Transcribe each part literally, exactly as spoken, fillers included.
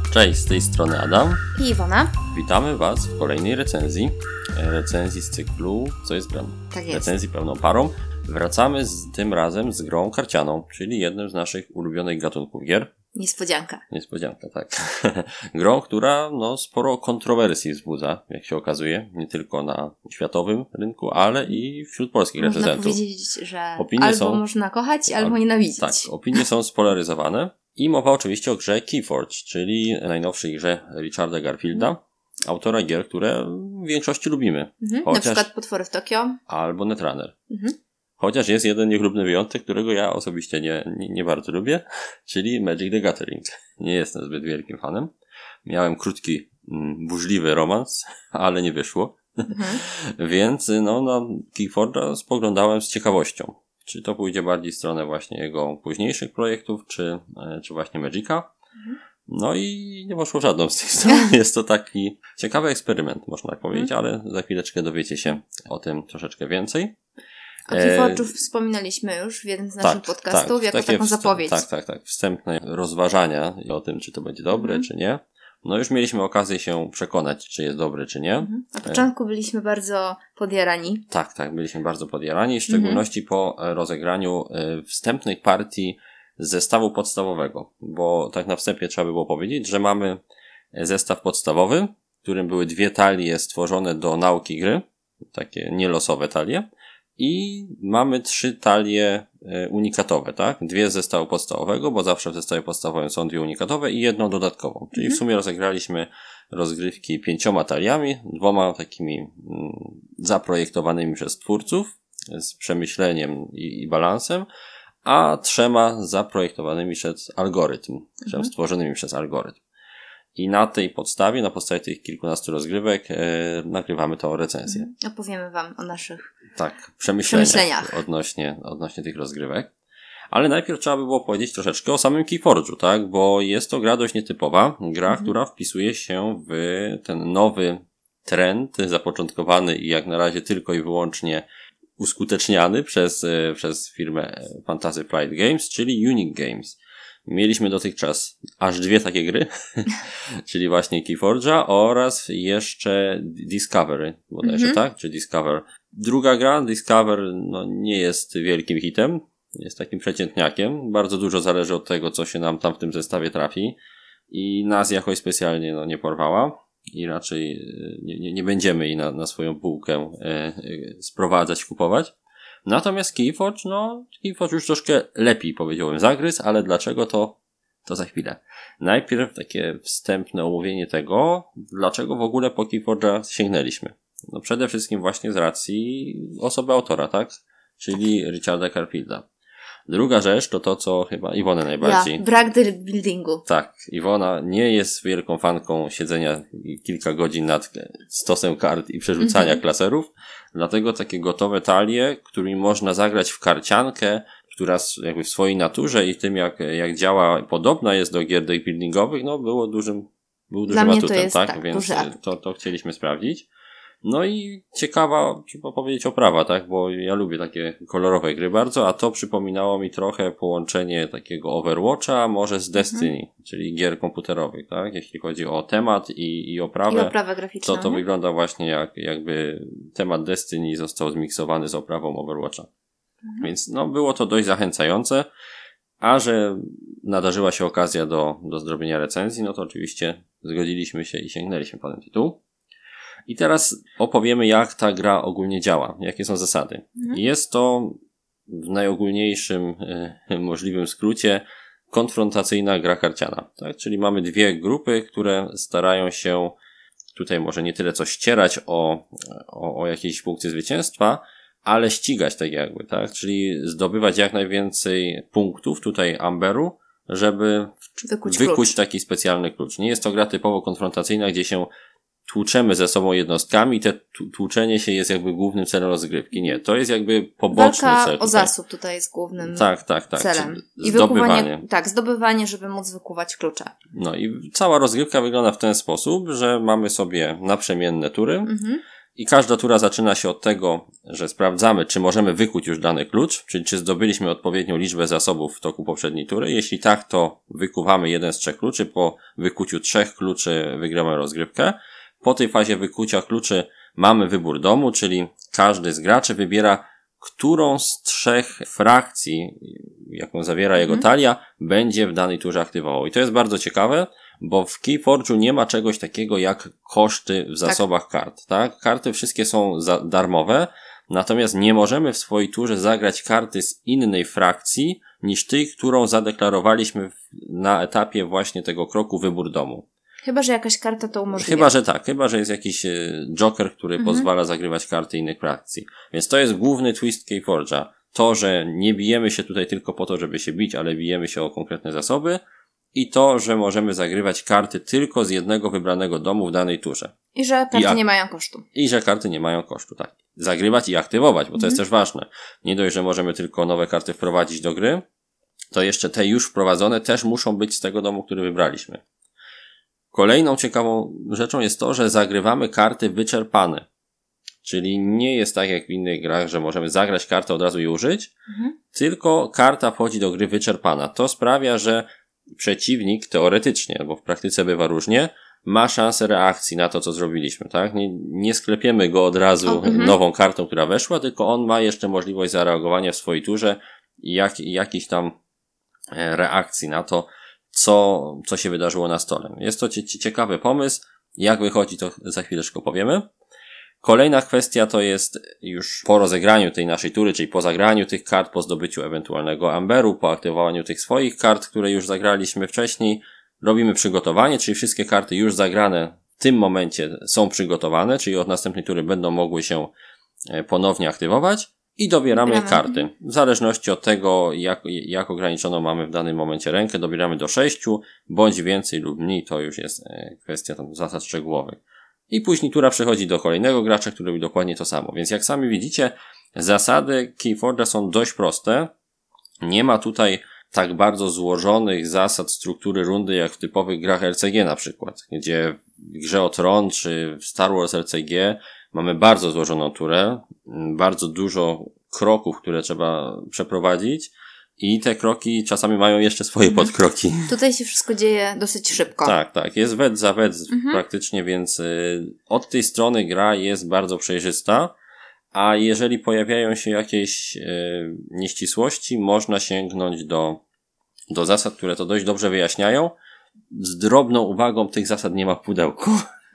Cześć, z tej strony Adam i Iwona. Witamy Was w kolejnej recenzji. Recenzji z cyklu Co jest grą? Tak jest. Recenzji pełną parą. Wracamy z tym razem z grą karcianą, czyli jednym z naszych ulubionych gatunków gier. Niespodzianka. Niespodzianka, tak. Grą, która no, sporo kontrowersji wzbudza, jak się okazuje, nie tylko na światowym rynku, ale i wśród polskich można recenzentów. Można powiedzieć, że opinie albo są, można kochać, albo al, nienawidzić. Tak, opinie są spolaryzowane. I mowa oczywiście o grze Keyforge, czyli najnowszej grze Richarda Garfielda, mhm. autora gier, które w większości lubimy. Mhm. Chociaż... Na przykład Potwory w Tokio. Albo Netrunner. Mhm. Chociaż jest jeden niechlubny wyjątek, którego ja osobiście nie, nie, nie bardzo lubię, czyli Magic the Gathering. Nie jestem zbyt wielkim fanem. Miałem krótki, mm, burzliwy romans, ale nie wyszło. Mhm. Więc no, na Keyforge'a spoglądałem z ciekawością. Czy to pójdzie bardziej w stronę właśnie jego późniejszych projektów, czy, czy właśnie Magica. Mhm. No i nie poszło żadną z tych stron. Jest to taki ciekawy eksperyment, można tak powiedzieć, mhm. ale za chwileczkę dowiecie się o tym troszeczkę więcej. O Keyforge'u wspominaliśmy już w jednym z naszych tak, podcastów, tak, jako taką zapowiedź. Tak, tak, tak. Wstępne rozważania o tym, czy to będzie dobre, mhm. czy nie. No już mieliśmy okazję się przekonać, czy jest dobry, czy nie. Mhm. Na początku byliśmy bardzo podjarani. Tak, tak, byliśmy bardzo podjarani, w szczególności mhm. po rozegraniu wstępnych partii z zestawu podstawowego, bo tak na wstępie trzeba by było powiedzieć, że mamy zestaw podstawowy, w którym były dwie talie stworzone do nauki gry, takie nielosowe talie, i mamy trzy talie unikatowe, tak? Dwie z zestawu podstawowego, bo zawsze w zestawie podstawowym są dwie unikatowe i jedną dodatkową. Czyli mhm. w sumie rozegraliśmy rozgrywki pięcioma taliami, dwoma takimi mm, zaprojektowanymi przez twórców, z przemyśleniem i, i balansem, a trzema zaprojektowanymi przez algorytm, mhm. stworzonymi przez algorytm. I na tej podstawie, na podstawie tych kilkunastu rozgrywek e, nagrywamy tą recenzję. Mhm. Opowiemy Wam o naszych tak, przemyśleniach, przemyśleniach. Odnośnie, odnośnie tych rozgrywek. Ale najpierw trzeba by było powiedzieć troszeczkę o samym Keyforge'u, tak? Bo jest to gra dość nietypowa. Gra, mhm. która wpisuje się w ten nowy trend zapoczątkowany i jak na razie tylko i wyłącznie uskuteczniany przez, przez firmę Fantasy Flight Games, czyli Unique Games. Mieliśmy dotychczas aż dwie takie gry, czyli właśnie Keyforge'a oraz jeszcze Discovery, bodajże mm-hmm. tak? Czy Discover. Druga gra, Discover, no nie jest wielkim hitem, jest takim przeciętniakiem. Bardzo dużo zależy od tego, co się nam tam w tym zestawie trafi i nas jakoś specjalnie no, nie porwała i raczej nie, nie, nie będziemy jej na, na swoją półkę e, e, sprowadzać, kupować. Natomiast Keyforge, no, Keyforge już troszkę lepiej, powiedziałem, zagryzł, ale dlaczego to, to za chwilę. Najpierw takie wstępne omówienie tego, dlaczego w ogóle po Keyforge'a sięgnęliśmy. No przede wszystkim właśnie z racji osoby autora, tak? Czyli Richarda Garfielda. Druga rzecz to to, co chyba Iwonę najbardziej... Ja, brak buildingu. Tak, Iwona nie jest wielką fanką siedzenia kilka godzin nad stosem kart i przerzucania mm-hmm. klaserów, dlatego takie gotowe talie, którymi można zagrać w karciankę, która jakby w swojej naturze i tym jak, jak działa podobna jest do gier deck buildingowych, no było dużym, był dużym Dla atutem, mnie to jest, tak? tak, Więc to, to chcieliśmy sprawdzić. No i ciekawa, trzeba powiedzieć, oprawa, tak, bo ja lubię takie kolorowe gry bardzo, a to przypominało mi trochę połączenie takiego Overwatcha, może z Destiny, mhm. czyli gier komputerowych, tak, jeśli chodzi o temat i, i oprawę. I oprawę graficzną. To to wygląda właśnie jak, jakby temat Destiny został zmiksowany z oprawą Overwatcha. Mhm. Więc no, było to dość zachęcające, a że nadarzyła się okazja do, do zrobienia recenzji, no to oczywiście zgodziliśmy się i sięgnęliśmy po ten tytuł. I teraz opowiemy, jak ta gra ogólnie działa, jakie są zasady. Mhm. Jest to w najogólniejszym e, możliwym skrócie konfrontacyjna gra karciana, tak? Czyli mamy dwie grupy, które starają się tutaj może nie tyle co ścierać o, o, o jakieś punkty zwycięstwa, ale ścigać tak jakby, tak? Czyli zdobywać jak najwięcej punktów, tutaj amberu, żeby wykuć, wykuć taki specjalny klucz. Nie jest to gra typowo konfrontacyjna, gdzie się tłuczemy ze sobą jednostkami i te tłuczenie się jest jakby głównym celem rozgrywki. Nie, to jest jakby poboczny Walka cel. Walka o zasób tutaj jest głównym tak, tak, tak. celem. I zdobywanie. Wykuwanie, tak, zdobywanie, żeby móc wykuwać klucze. No i cała rozgrywka wygląda w ten sposób, że mamy sobie naprzemienne tury mhm. I każda tura zaczyna się od tego, że sprawdzamy, czy możemy wykuć już dany klucz, czyli czy zdobyliśmy odpowiednią liczbę zasobów w toku poprzedniej tury. Jeśli tak, to wykuwamy jeden z trzech kluczy. Po wykuciu trzech kluczy wygramy rozgrywkę. Po tej fazie wykucia kluczy mamy wybór domu, czyli każdy z graczy wybiera, którą z trzech frakcji, jaką zawiera jego talia, będzie w danej turze aktywował. I to jest bardzo ciekawe, bo w Keyforge'u nie ma czegoś takiego jak koszty w zasobach tak. kart, tak? Karty wszystkie są za- darmowe, natomiast nie możemy w swojej turze zagrać karty z innej frakcji niż tej, którą zadeklarowaliśmy na etapie właśnie tego kroku wybór domu. Chyba, że jakaś karta to umożliwia. Chyba, że tak. Chyba, że jest jakiś joker, który mhm. pozwala zagrywać karty innych frakcji. Więc to jest główny twist Keyforge'a. To, że nie bijemy się tutaj tylko po to, żeby się bić, ale bijemy się o konkretne zasoby. I to, że możemy zagrywać karty tylko z jednego wybranego domu w danej turze. I że karty I ak- nie mają kosztu. I że karty nie mają kosztu, tak. Zagrywać i aktywować, bo to mhm. jest też ważne. Nie dość, że możemy tylko nowe karty wprowadzić do gry, to jeszcze te już wprowadzone też muszą być z tego domu, który wybraliśmy. Kolejną ciekawą rzeczą jest to, że zagrywamy karty wyczerpane. Czyli nie jest tak jak w innych grach, że możemy zagrać kartę od razu i użyć, mhm. tylko karta wchodzi do gry wyczerpana. To sprawia, że przeciwnik teoretycznie, bo w praktyce bywa różnie, ma szansę reakcji na to, co zrobiliśmy, tak? Nie, nie sklepiemy go od razu o, mhm. nową kartą, która weszła, tylko on ma jeszcze możliwość zareagowania w swojej turze i jak, jakiejś tam reakcji na to, co, co się wydarzyło na stole. Jest to cie, ciekawy pomysł. Jak wychodzi, to za chwileczkę powiemy. Kolejna kwestia to jest już po rozegraniu tej naszej tury, czyli po zagraniu tych kart, po zdobyciu ewentualnego amberu, po aktywowaniu tych swoich kart, które już zagraliśmy wcześniej, robimy przygotowanie, czyli wszystkie karty już zagrane w tym momencie są przygotowane, czyli od następnej tury będą mogły się ponownie aktywować i dobieramy Gramy. karty. W zależności od tego, jak, jak ograniczoną mamy w danym momencie rękę, dobieramy do sześciu, bądź więcej lub mniej, to już jest kwestia tam zasad szczegółowych. I później tura przechodzi do kolejnego gracza, który robi dokładnie to samo. Więc jak sami widzicie, zasady Keyforge'a są dość proste. Nie ma tutaj tak bardzo złożonych zasad struktury rundy, jak w typowych grach R C G na przykład, gdzie w Grze o Tron czy w Star Wars R C G mamy bardzo złożoną turę, bardzo dużo kroków, które trzeba przeprowadzić i te kroki czasami mają jeszcze swoje mhm. podkroki. Tutaj się wszystko dzieje dosyć szybko. Tak, tak. Jest wet za wet mhm. praktycznie, więc y, od tej strony gra jest bardzo przejrzysta, a jeżeli pojawiają się jakieś y, nieścisłości, można sięgnąć do, do zasad, które to dość dobrze wyjaśniają. Z drobną uwagą tych zasad nie ma w pudełku.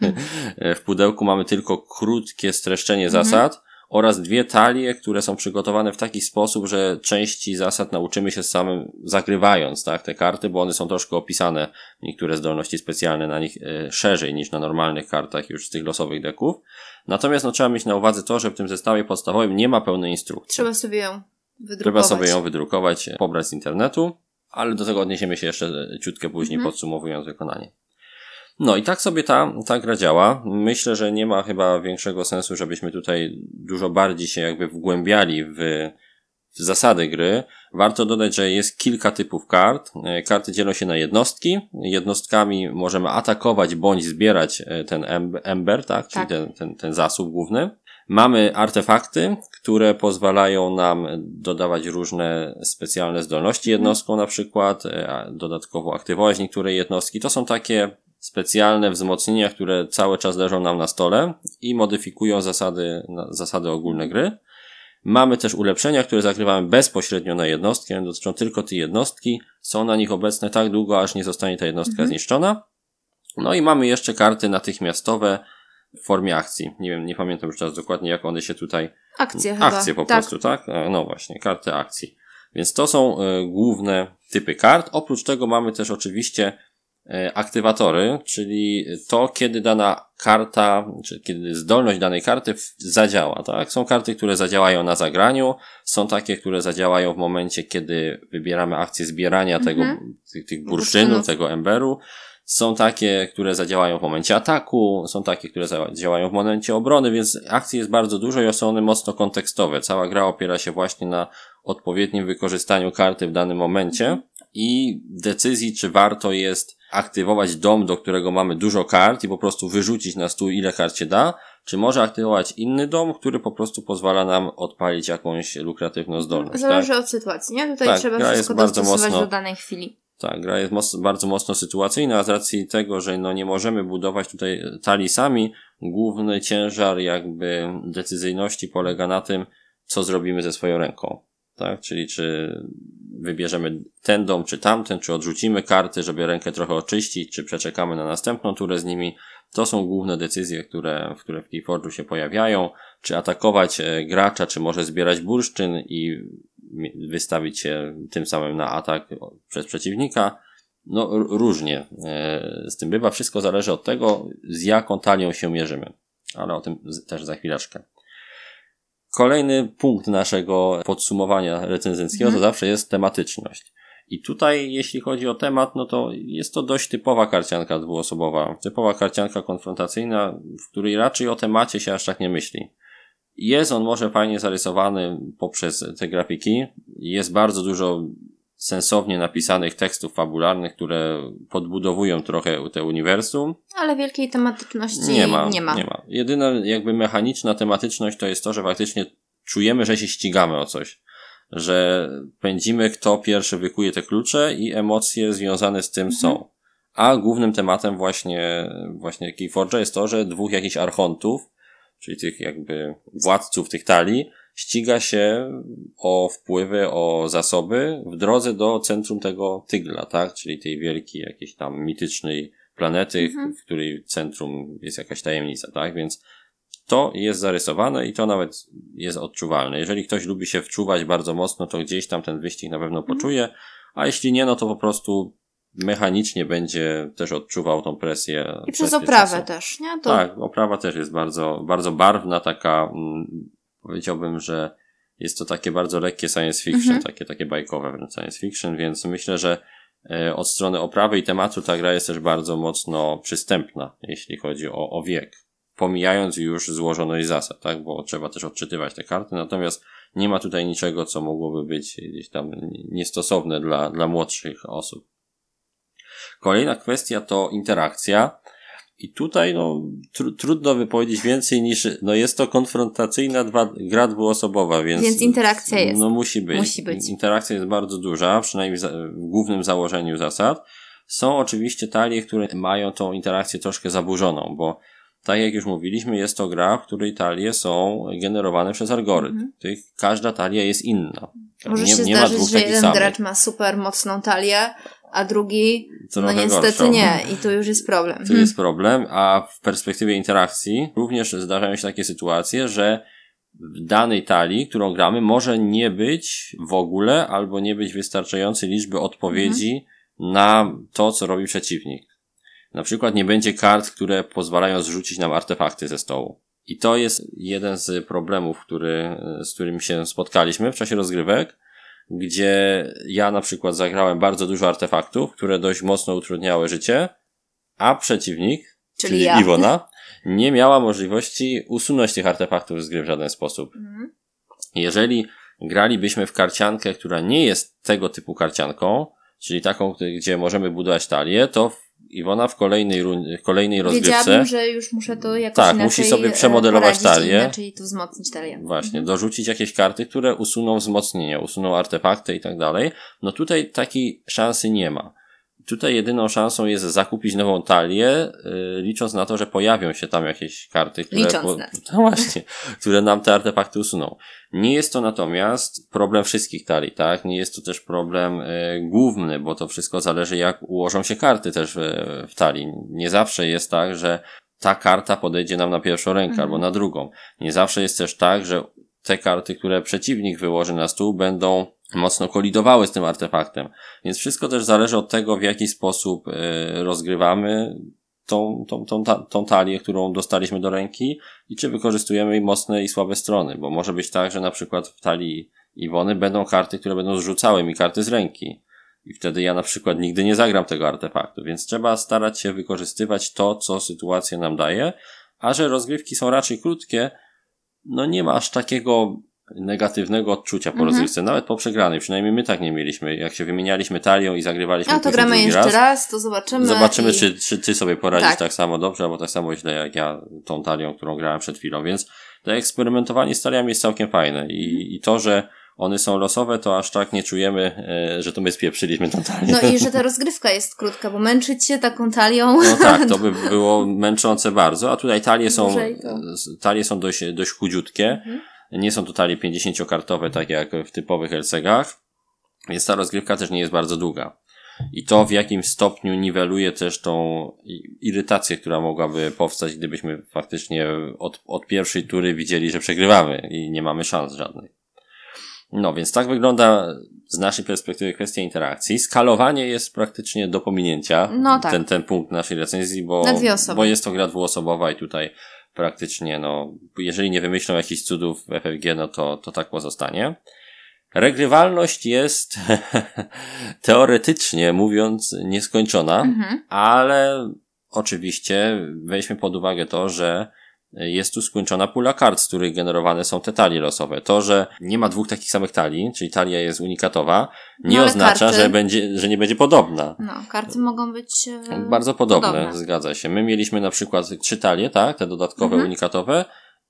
W pudełku mamy tylko krótkie streszczenie mhm. zasad oraz dwie talie, które są przygotowane w taki sposób, że części zasad nauczymy się samym zagrywając, tak, te karty, bo one są troszkę opisane, niektóre zdolności specjalne na nich e, szerzej niż na normalnych kartach już z tych losowych deków. Natomiast no, trzeba mieć na uwadze to, że w tym zestawie podstawowym nie ma pełnej instrukcji. Trzeba sobie ją wydrukować. Trzeba sobie ją wydrukować, pobrać z internetu, ale do tego odniesiemy się jeszcze ciutkę później, mhm. podsumowując wykonanie. No i tak sobie ta, ta gra działa. Myślę, że nie ma chyba większego sensu, żebyśmy tutaj dużo bardziej się jakby wgłębiali w, w zasady gry. Warto dodać, że jest kilka typów kart. Karty dzielą się na jednostki. Jednostkami możemy atakować bądź zbierać ten ember, tak? Czyli tak. Ten, ten, ten zasób główny. Mamy artefakty, które pozwalają nam dodawać różne specjalne zdolności jednostką na przykład, dodatkowo aktywować niektóre jednostki. To są takie specjalne wzmocnienia, które cały czas leżą nam na stole i modyfikują zasady, zasady ogólne gry. Mamy też ulepszenia, które zagrywamy bezpośrednio na jednostkę, dotyczą tylko tej jednostki, są na nich obecne tak długo, aż nie zostanie ta jednostka mhm. zniszczona. No i mamy jeszcze karty natychmiastowe w formie akcji. Nie wiem, nie pamiętam już teraz dokładnie, jak one się tutaj... Akcje chyba. Akcje po tak. prostu, tak? No właśnie, karty akcji. Więc to są y, główne typy kart. Oprócz tego mamy też oczywiście aktywatory, czyli to, kiedy dana karta, czy kiedy zdolność danej karty zadziała, tak? Są karty, które zadziałają na zagraniu, są takie, które zadziałają w momencie, kiedy wybieramy akcję zbierania mm-hmm. tego, tych, tych bursztynów, tego emberu. Są takie, które zadziałają w momencie ataku, są takie, które zadziałają w momencie obrony, więc akcji jest bardzo dużo i są one mocno kontekstowe. Cała gra opiera się właśnie na odpowiednim wykorzystaniu karty w danym momencie i decyzji, czy warto jest aktywować dom, do którego mamy dużo kart i po prostu wyrzucić na stół, ile kart się da, czy może aktywować inny dom, który po prostu pozwala nam odpalić jakąś lukratywną zdolność. Zależy tak? od sytuacji, nie? Tutaj tak, trzeba gra wszystko jest bardzo dostosować mocno, do danej chwili. Tak, gra jest mocno, bardzo mocno sytuacyjna, a z racji tego, że no nie możemy budować tutaj talii sami, główny ciężar jakby decyzyjności polega na tym, co zrobimy ze swoją ręką. Tak? Czyli czy wybierzemy ten dom, czy tamten, czy odrzucimy karty, żeby rękę trochę oczyścić, czy przeczekamy na następną turę z nimi. To są główne decyzje, które, które w Keyforge'u się pojawiają. Czy atakować gracza, czy może zbierać bursztyn i wystawić się tym samym na atak przez przeciwnika. No różnie z tym bywa. Wszystko zależy od tego, z jaką talią się mierzymy. Ale o tym też za chwileczkę. Kolejny punkt naszego podsumowania recenzenckiego hmm. to zawsze jest tematyczność. I tutaj, jeśli chodzi o temat, no to jest to dość typowa karcianka dwuosobowa. Typowa karcianka konfrontacyjna, w której raczej o temacie się aż tak nie myśli. Jest on może fajnie zarysowany poprzez te grafiki. Jest bardzo dużo sensownie napisanych tekstów fabularnych, które podbudowują trochę te uniwersum. Ale wielkiej tematyczności nie ma. Nie ma. Nie ma. Jedyna jakby mechaniczna tematyczność to jest to, że faktycznie czujemy, że się ścigamy o coś. Że pędzimy, kto pierwszy wykuje te klucze i emocje związane z tym mhm. są. A głównym tematem właśnie, właśnie Keyforge'a jest to, że dwóch jakichś archontów, czyli tych jakby władców tych talii, ściga się o wpływy, o zasoby w drodze do centrum tego tygla, tak? Czyli tej wielkiej jakiejś tam mitycznej planety, mhm. w której centrum jest jakaś tajemnica, tak? Więc to jest zarysowane i to nawet jest odczuwalne. Jeżeli ktoś lubi się wczuwać bardzo mocno, to gdzieś tam ten wyścig na pewno poczuje, a jeśli nie, no to po prostu mechanicznie będzie też odczuwał tą presję. I przez oprawę czasu. Też, nie? To... Tak, oprawa też jest bardzo, bardzo barwna, taka, mm, powiedziałbym, że jest to takie bardzo lekkie science fiction, mhm. takie, takie bajkowe wręcz science fiction, więc myślę, że e, od strony oprawy i tematu ta gra jest też bardzo mocno przystępna, jeśli chodzi o, o wiek. Pomijając już złożoność zasad, tak, bo trzeba też odczytywać te karty, natomiast nie ma tutaj niczego, co mogłoby być gdzieś tam niestosowne dla, dla młodszych osób. Kolejna kwestia to interakcja i tutaj no tr- trudno wypowiedzieć więcej niż, no jest to konfrontacyjna dwa, gra dwuosobowa, więc, więc interakcja jest. No musi być. musi być. Interakcja jest bardzo duża, przynajmniej w, za- w głównym założeniu zasad. Są oczywiście talie, które mają tą interakcję troszkę zaburzoną, bo tak jak już mówiliśmy, jest to gra, w której talie są generowane przez algorytm. Mm. Tych, każda talia jest inna. Może nie, się nie zdarzyć, ma że jeden samych. gracz ma super mocną talię, a drugi Trochę no niestety gorszą. nie. I tu już jest problem. Tu jest problem, a w perspektywie interakcji również zdarzają się takie sytuacje, że w danej talii, którą gramy, może nie być w ogóle albo nie być wystarczającej liczby odpowiedzi mm. na to, co robi przeciwnik. Na przykład nie będzie kart, które pozwalają zrzucić nam artefakty ze stołu. I to jest jeden z problemów, który, z którym się spotkaliśmy w czasie rozgrywek, gdzie ja na przykład zagrałem bardzo dużo artefaktów, które dość mocno utrudniały życie, a przeciwnik, czyli, czyli ja. Iwona, nie miała możliwości usunąć tych artefaktów z gry w żaden sposób. Mhm. Jeżeli gralibyśmy w karciankę, która nie jest tego typu karcianką, czyli taką, gdzie możemy budować talię, to Iwona w kolejnej, run- w kolejnej rozgrywce... Wiedziałabym, że już muszę to jakoś tak, inaczej musi sobie przemodelować talię. Inaczej tu wzmocnić talię. Właśnie, mhm. dorzucić jakieś karty, które usuną wzmocnienia, usuną artefakty i tak dalej. No tutaj takiej szansy nie ma. Tutaj jedyną szansą jest zakupić nową talię, yy, licząc na to, że pojawią się tam jakieś karty, które, licząc po, na no właśnie, które nam te artefakty usuną. Nie jest to natomiast problem wszystkich talii, tak? Nie jest to też problem yy, główny, bo to wszystko zależy, jak ułożą się karty też w, w talii. Nie zawsze jest tak, że ta karta podejdzie nam na pierwszą rękę mhm. albo na drugą. Nie zawsze jest też tak, że te karty, które przeciwnik wyłoży na stół, będą mocno kolidowały z tym artefaktem. Więc wszystko też zależy od tego, w jaki sposób y, rozgrywamy tą, tą, tą, ta, tą talię, którą dostaliśmy do ręki i czy wykorzystujemy jej mocne i słabe strony. Bo może być tak, że na przykład w talii Iwony będą karty, które będą zrzucały mi karty z ręki. I wtedy ja na przykład nigdy nie zagram tego artefaktu. Więc trzeba starać się wykorzystywać to, co sytuacja nam daje. A że rozgrywki są raczej krótkie, no nie ma aż takiego negatywnego odczucia po mhm. rozgrywce, nawet po przegranej. Przynajmniej my tak nie mieliśmy. Jak się wymienialiśmy talią i zagrywaliśmy no to gramy jeszcze raz, raz, to zobaczymy. Zobaczymy, i... czy, czy ty sobie poradzisz tak. tak samo dobrze, albo tak samo źle jak ja tą talią, którą grałem przed chwilą. Więc to eksperymentowanie z taliami jest całkiem fajne. I, mhm. i to, że one są losowe, to aż tak nie czujemy, e, że to my spieprzyliśmy tą talię. No i że ta rozgrywka jest krótka, bo męczyć się taką talią... No tak, to by było męczące bardzo, a tutaj talie są, talie są dość, dość chudziutkie. Mhm. Nie są to talie pięćdziesięciokartowe, tak jak w typowych Elsegach, więc ta rozgrywka też nie jest bardzo długa. I to w jakim stopniu niweluje też tą irytację, która mogłaby powstać, gdybyśmy faktycznie od, od pierwszej tury widzieli, że przegrywamy i nie mamy szans żadnej. No, więc tak wygląda z naszej perspektywy kwestia interakcji. Skalowanie jest praktycznie do pominięcia. No tak. Ten, ten punkt naszej recenzji, bo, bo jest to gra dwuosobowa i tutaj praktycznie, no, jeżeli nie wymyślą jakichś cudów w F F G, no to, to tak pozostanie. Regrywalność jest teoretycznie mówiąc nieskończona, mhm. ale oczywiście weźmy pod uwagę to, że jest tu skończona pula kart, z których generowane są te talie losowe. To, że nie ma dwóch takich samych talii, czyli talia jest unikatowa, nie no, oznacza, karty... że będzie, że nie będzie podobna. No, karty mogą być e... bardzo podobne, podobne, zgadza się. My mieliśmy na przykład trzy talie, tak, te dodatkowe mhm. unikatowe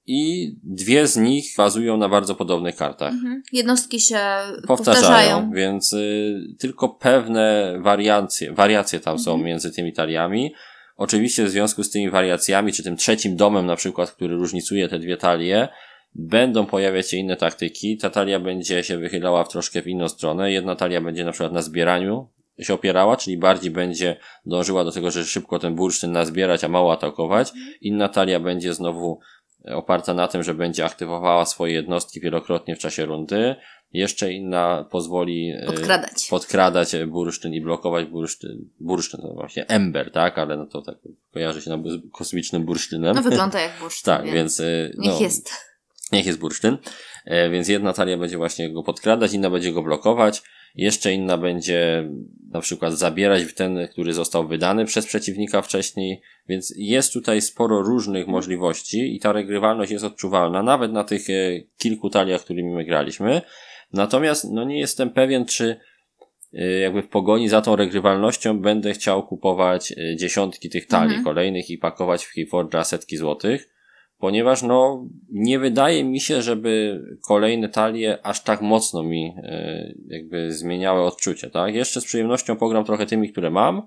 i dwie z nich bazują na bardzo podobnych kartach. Mhm. Jednostki się powtarzają, powtarzają. Więc y, tylko pewne wariacje, wariacje tam mhm. są między tymi taliami. Oczywiście w związku z tymi wariacjami, czy tym trzecim domem na przykład, który różnicuje te dwie talie, będą pojawiać się inne taktyki. Ta talia będzie się wychylała w troszkę w inną stronę. Jedna talia będzie na przykład na zbieraniu się opierała, czyli bardziej będzie dążyła do tego, że szybko ten bursztyn nazbierać, a mało atakować. Inna talia będzie znowu oparta na tym, że będzie aktywowała swoje jednostki wielokrotnie w czasie rundy. Jeszcze inna pozwoli podkradać, podkradać bursztyn i blokować bursztyn. Bursztyn to właśnie ember, tak? Ale no to tak kojarzy się nam z kosmicznym bursztynem. No wygląda jak bursztyn. Tak, więc... No, niech jest. Niech jest bursztyn. Więc jedna talia będzie właśnie go podkradać, inna będzie go blokować. Jeszcze inna będzie na przykład zabierać ten, który został wydany przez przeciwnika wcześniej, więc jest tutaj sporo różnych możliwości i ta regrywalność jest odczuwalna, nawet na tych kilku taliach, którymi my graliśmy. Natomiast no nie jestem pewien, czy jakby w pogoni za tą regrywalnością będę chciał kupować dziesiątki tych talii mhm. kolejnych i pakować w Keyforge'a setki złotych. Ponieważ no nie wydaje mi się, żeby kolejne talie aż tak mocno mi e, jakby zmieniały odczucie, tak? Jeszcze z przyjemnością pogram trochę tymi, które mam.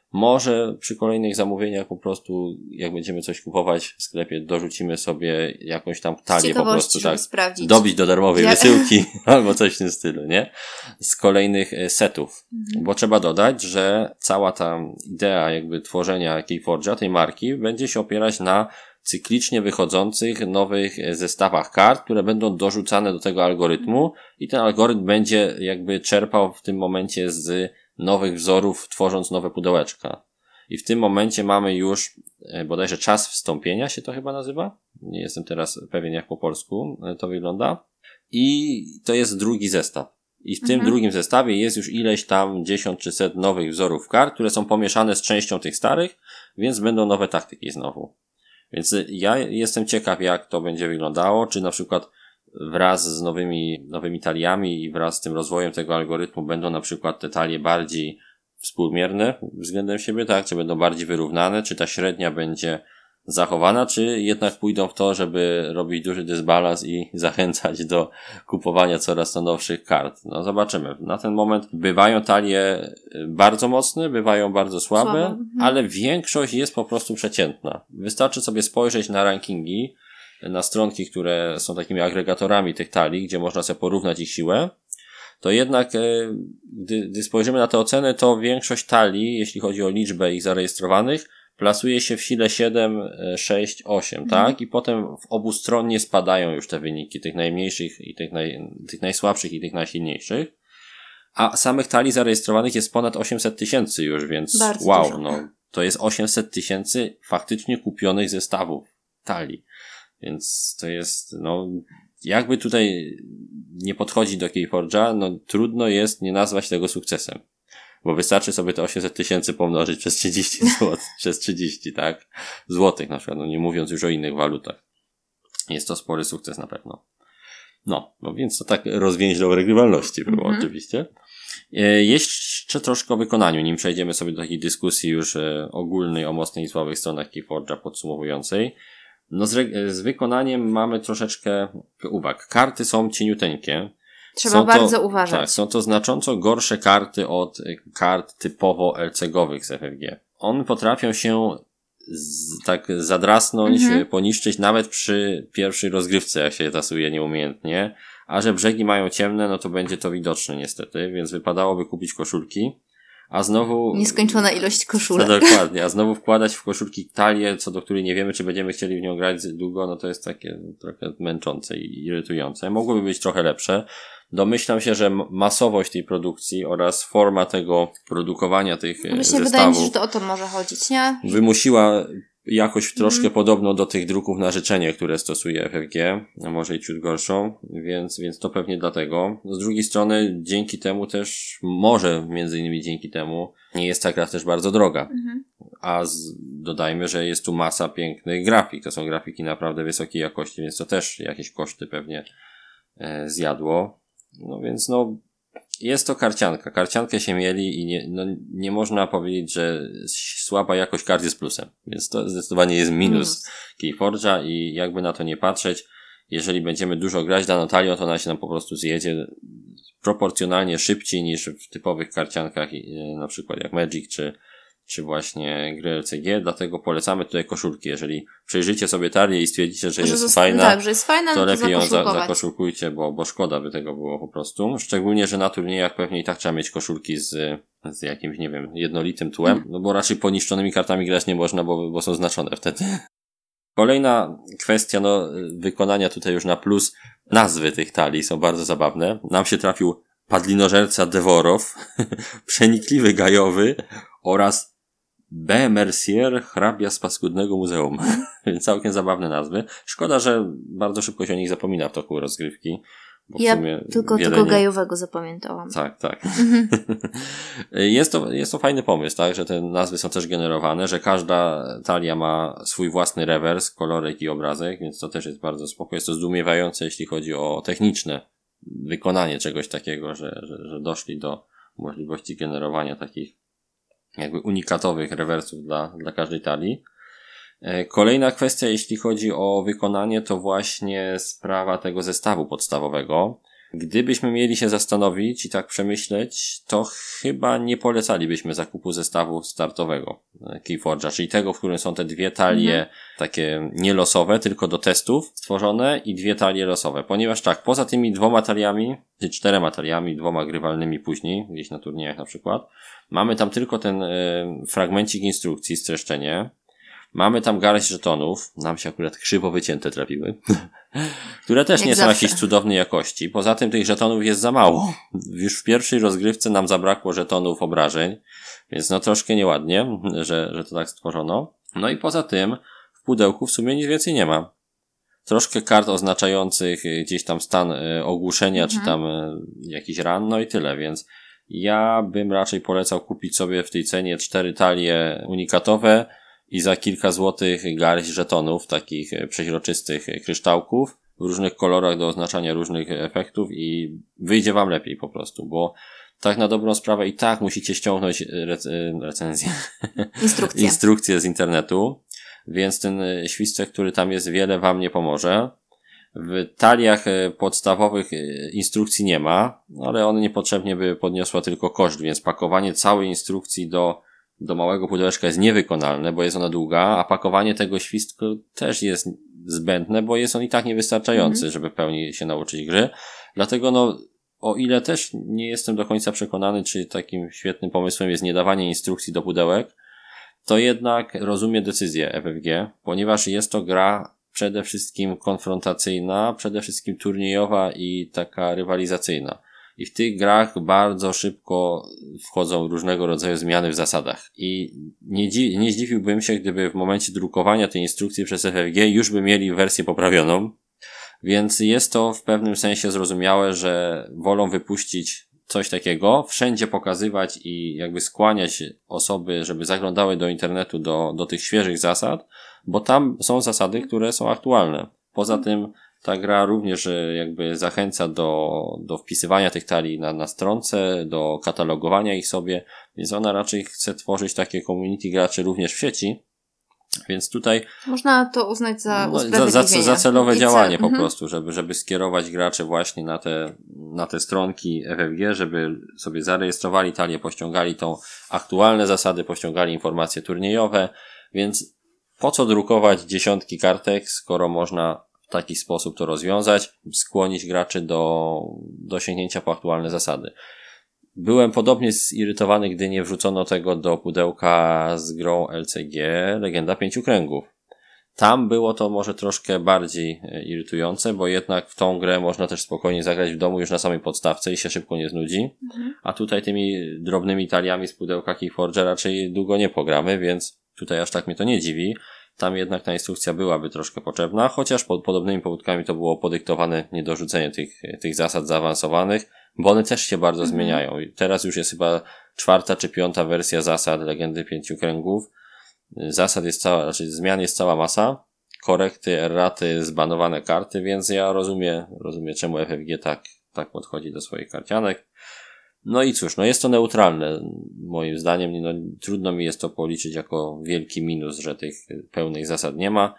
Może przy kolejnych zamówieniach po prostu jak będziemy coś kupować w sklepie, dorzucimy sobie jakąś tam talię po prostu, tak? Sprawdzić. Dobić do darmowej ja... wysyłki albo coś w tym stylu, nie? Z kolejnych setów. Mhm. Bo trzeba dodać, że cała ta idea jakby tworzenia Keyforge'a, tej marki, będzie się opierać na cyklicznie wychodzących nowych zestawach kart, które będą dorzucane do tego algorytmu i ten algorytm będzie jakby czerpał w tym momencie z nowych wzorów, tworząc nowe pudełeczka. I w tym momencie mamy już bodajże czas wstąpienia się to chyba nazywa. Nie jestem teraz pewien jak po polsku to wygląda. I to jest drugi zestaw. I w tym mhm. drugim zestawie jest już ileś tam dziesiąt czy set nowych wzorów kart, które są pomieszane z częścią tych starych, więc będą nowe taktyki znowu. Więc ja jestem ciekaw, jak to będzie wyglądało, czy na przykład wraz z nowymi, nowymi taliami i wraz z tym rozwojem tego algorytmu będą na przykład te talie bardziej współmierne względem siebie, tak? Czy będą bardziej wyrównane, czy ta średnia będzie zachowana, czy jednak pójdą w to, żeby robić duży dysbalans i zachęcać do kupowania coraz to nowszych kart. No zobaczymy. Na ten moment bywają talie bardzo mocne, bywają bardzo słabe, słabe. Mhm. ale większość jest po prostu przeciętna. Wystarczy sobie spojrzeć na rankingi, na stronki, które są takimi agregatorami tych talii, gdzie można sobie porównać ich siłę. To jednak, gdy, gdy spojrzymy na te oceny, to większość talii, jeśli chodzi o liczbę ich zarejestrowanych, plasuje się w sile siedem, sześć, osiem, mhm. tak? I potem w obustronnie spadają już te wyniki tych najmniejszych i tych, naj, tych najsłabszych i tych najsilniejszych. A samych talii zarejestrowanych jest ponad osiemset tysięcy już, więc bardzo wow, dużo. No, to jest osiemset tysięcy faktycznie kupionych zestawów talii. Więc to jest, no, jakby tutaj nie podchodzić do Keyforge'a, no trudno jest nie nazwać tego sukcesem. Bo wystarczy sobie te osiemset tysięcy pomnożyć przez trzydzieści złotych, przez trzydzieści, tak? Złotych na przykład, no nie mówiąc już o innych walutach. Jest to spory sukces na pewno. No, no więc to tak rozwięźle regrywalności było mm-hmm. oczywiście. Jeszcze troszkę o wykonaniu, nim przejdziemy sobie do takiej dyskusji już ogólnej o mocnych i słabych stronach Keyforge'a podsumowującej. No z, re- z wykonaniem mamy troszeczkę uwag. Karty są cieniuteńkie. Trzeba są bardzo to, uważać. Tak, są to znacząco gorsze karty od kart typowo L C G-owych z F F G. One potrafią się z, tak zadrasnąć, mhm. poniszczyć nawet przy pierwszej rozgrywce, jak się je tasuje nieumiejętnie. A że brzegi mają ciemne, no to będzie to widoczne niestety, więc wypadałoby kupić koszulki. A znowu... Nieskończona ilość koszulek. No, dokładnie, a znowu wkładać w koszulki talię, co do której nie wiemy, czy będziemy chcieli w nią grać długo, no to jest takie trochę męczące i irytujące. Mogłyby być trochę lepsze. Domyślam się, że masowość tej produkcji oraz forma tego produkowania tych Właśnie zestawów... wydaje mi się, że to o to może chodzić, nie? Wymusiła jakość troszkę mm. podobną do tych druków na życzenie, które stosuje F F G, a może i ciut gorszą, więc, więc to pewnie dlatego. Z drugiej strony, dzięki temu też, może między innymi dzięki temu, nie jest ta gra też bardzo droga. Mm-hmm. A z, dodajmy, że jest tu masa pięknych grafik. To są grafiki naprawdę wysokiej jakości, więc to też jakieś koszty pewnie e, zjadło. No więc no, jest to karcianka. Karciankę się mieli i nie, no, nie można powiedzieć, że słaba jakość kart jest plusem. Więc to zdecydowanie jest minus Keyforge'a i jakby na to nie patrzeć, jeżeli będziemy dużo grać daną talią, to ona się nam po prostu zjedzie proporcjonalnie szybciej niż w typowych karciankach, na przykład jak Magic czy, czy właśnie gry L C G, dlatego polecamy tutaj koszulki. Jeżeli przejrzycie sobie talię i stwierdzicie, że, że jest, jest fajna, tak, że jest fajna, to no lepiej ją za, zakoszulkujcie, bo, bo szkoda by tego było po prostu. Szczególnie, że na turniejach pewnie i tak trzeba mieć koszulki z, z jakimś, nie wiem, jednolitym tłem, no bo raczej poniszczonymi kartami grać nie można, bo, bo są znaczone wtedy. Kolejna kwestia, no, wykonania tutaj już na plus. Nazwy tych talii są bardzo zabawne. Nam się trafił Padlinożerca Devorow, Przenikliwy Gajowy oraz B. Mercier, hrabia z paskudnego muzeum. Więc całkiem zabawne nazwy. Szkoda, że bardzo szybko się o nich zapomina w toku rozgrywki. Bo ja w sumie tylko tego nie... gajowego zapamiętałam. Tak, tak. jest to, jest to fajny pomysł, tak, że te nazwy są też generowane, że każda talia ma swój własny rewers, kolorek i obrazek, więc to też jest bardzo spoko. Jest to zdumiewające, jeśli chodzi o techniczne wykonanie czegoś takiego, że, że, że doszli do możliwości generowania takich jakby unikatowych rewersów dla, dla każdej talii. Kolejna kwestia, jeśli chodzi o wykonanie, to właśnie sprawa tego zestawu podstawowego. Gdybyśmy mieli się zastanowić i tak przemyśleć, to chyba nie polecalibyśmy zakupu zestawu startowego Keyforge'a, czyli tego, w którym są te dwie talie mhm. takie nielosowe, tylko do testów stworzone i dwie talie losowe. Ponieważ tak, poza tymi dwoma taliami, czy czterema taliami, dwoma grywalnymi później, gdzieś na turniejach na przykład, mamy tam tylko ten y, fragmencik instrukcji, streszczenie. Mamy tam garść żetonów, nam się akurat krzywo wycięte trafiły, które też Jak nie zawsze. są jakiejś cudownej jakości. Poza tym tych żetonów jest za mało. Już w pierwszej rozgrywce nam zabrakło żetonów obrażeń, więc no troszkę nieładnie, że, że to tak stworzono. No i poza tym w pudełku w sumie nic więcej nie ma. Troszkę kart oznaczających gdzieś tam stan y, ogłuszenia, mhm. czy tam y, jakiś ran, no i tyle, więc ja bym raczej polecał kupić sobie w tej cenie cztery talie unikatowe, i za kilka złotych garść żetonów, takich przeźroczystych kryształków w różnych kolorach do oznaczania różnych efektów i wyjdzie wam lepiej po prostu, bo tak na dobrą sprawę i tak musicie ściągnąć rec- recenzję, instrukcje. instrukcje z internetu, więc ten świstek, który tam jest, wiele wam nie pomoże. W taliach podstawowych instrukcji nie ma, ale one niepotrzebnie by podniosła tylko koszt, więc pakowanie całej instrukcji do do małego pudełeczka jest niewykonalne, bo jest ona długa, a pakowanie tego świstku też jest zbędne, bo jest on i tak niewystarczający, mm-hmm. żeby w pełni się nauczyć gry. Dlatego no, o ile też nie jestem do końca przekonany, czy takim świetnym pomysłem jest nie dawanie instrukcji do pudełek, to jednak rozumiem decyzję F F G, ponieważ jest to gra przede wszystkim konfrontacyjna, przede wszystkim turniejowa i taka rywalizacyjna. I w tych grach bardzo szybko wchodzą różnego rodzaju zmiany w zasadach. I nie, dzi- nie zdziwiłbym się, gdyby w momencie drukowania tej instrukcji przez F F G już by mieli wersję poprawioną. Więc jest to w pewnym sensie zrozumiałe, że wolą wypuścić coś takiego, wszędzie pokazywać i jakby skłaniać osoby, żeby zaglądały do internetu do, do tych świeżych zasad, bo tam są zasady, które są aktualne. Poza tym ta gra również jakby zachęca do, do wpisywania tych talii na, na stronce, do katalogowania ich sobie, więc ona raczej chce tworzyć takie community graczy również w sieci, więc tutaj można to uznać za no, za, za, za celowe I działanie cel. po mhm. prostu, żeby, żeby skierować graczy właśnie na te, na te stronki F F G, żeby sobie zarejestrowali talię, pościągali tą aktualne zasady, pościągali informacje turniejowe, więc po co drukować dziesiątki kartek, skoro można w taki sposób to rozwiązać, skłonić graczy do, do sięgnięcia po aktualne zasady. Byłem podobnie zirytowany, gdy nie wrzucono tego do pudełka z grą L C G Legenda Pięciu Kręgów. Tam było to może troszkę bardziej irytujące, bo jednak w tą grę można też spokojnie zagrać w domu już na samej podstawce i się szybko nie znudzi. Mhm. A tutaj tymi drobnymi taliami z pudełka Keyforge raczej długo nie pogramy, więc tutaj aż tak mnie to nie dziwi. Tam jednak ta instrukcja byłaby troszkę potrzebna, chociaż pod podobnymi powódkami to było podyktowane niedorzucenie tych, tych zasad zaawansowanych, bo one też się bardzo mhm. zmieniają. I teraz już jest chyba czwarta czy piąta wersja zasad Legendy Pięciu Kręgów. Zasad jest cała, znaczy zmian jest cała masa, korekty, erraty, zbanowane karty, więc ja rozumiem, rozumiem czemu F F G tak, tak podchodzi do swoich karcianek. No i cóż, no jest to neutralne, moim zdaniem, no, trudno mi jest to policzyć jako wielki minus, że tych pełnych zasad nie ma,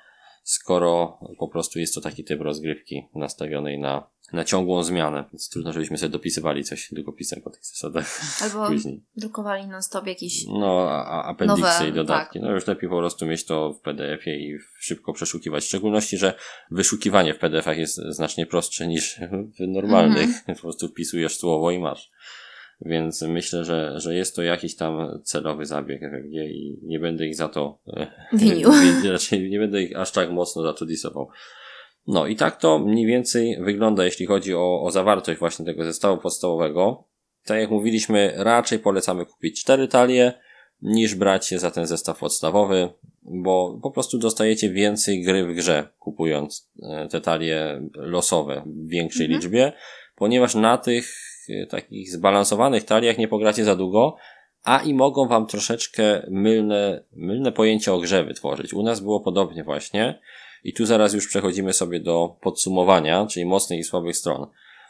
skoro po prostu jest to taki typ rozgrywki nastawionej na, na ciągłą zmianę, więc trudno, żebyśmy sobie dopisywali coś długopisem po tych zasadach. Albo później. drukowali non-stop jakieś no, a, appendiksy nowe, i dodatki. tak. No już lepiej po prostu mieć to w P D F-ie i szybko przeszukiwać. W szczególności, że wyszukiwanie w P D F-ach jest znacznie prostsze niż w normalnych. Mm-hmm. Po prostu wpisujesz słowo i masz. Więc myślę, że, że jest to jakiś tam celowy zabieg F F G i nie będę ich za to winił. Raczej nie będę ich aż tak mocno za to disował. No i tak to mniej więcej wygląda, jeśli chodzi o, o zawartość właśnie tego zestawu podstawowego. Tak jak mówiliśmy, raczej polecamy kupić cztery talie, niż brać się za ten zestaw podstawowy, bo po prostu dostajecie więcej gry w grze, kupując te talie losowe w większej mhm. liczbie, ponieważ na tych takich zbalansowanych taliach nie pogracie za długo, a i mogą wam troszeczkę mylne, mylne pojęcia o grze wytworzyć. U nas było podobnie właśnie i tu zaraz już przechodzimy sobie do podsumowania, czyli mocnych i słabych stron.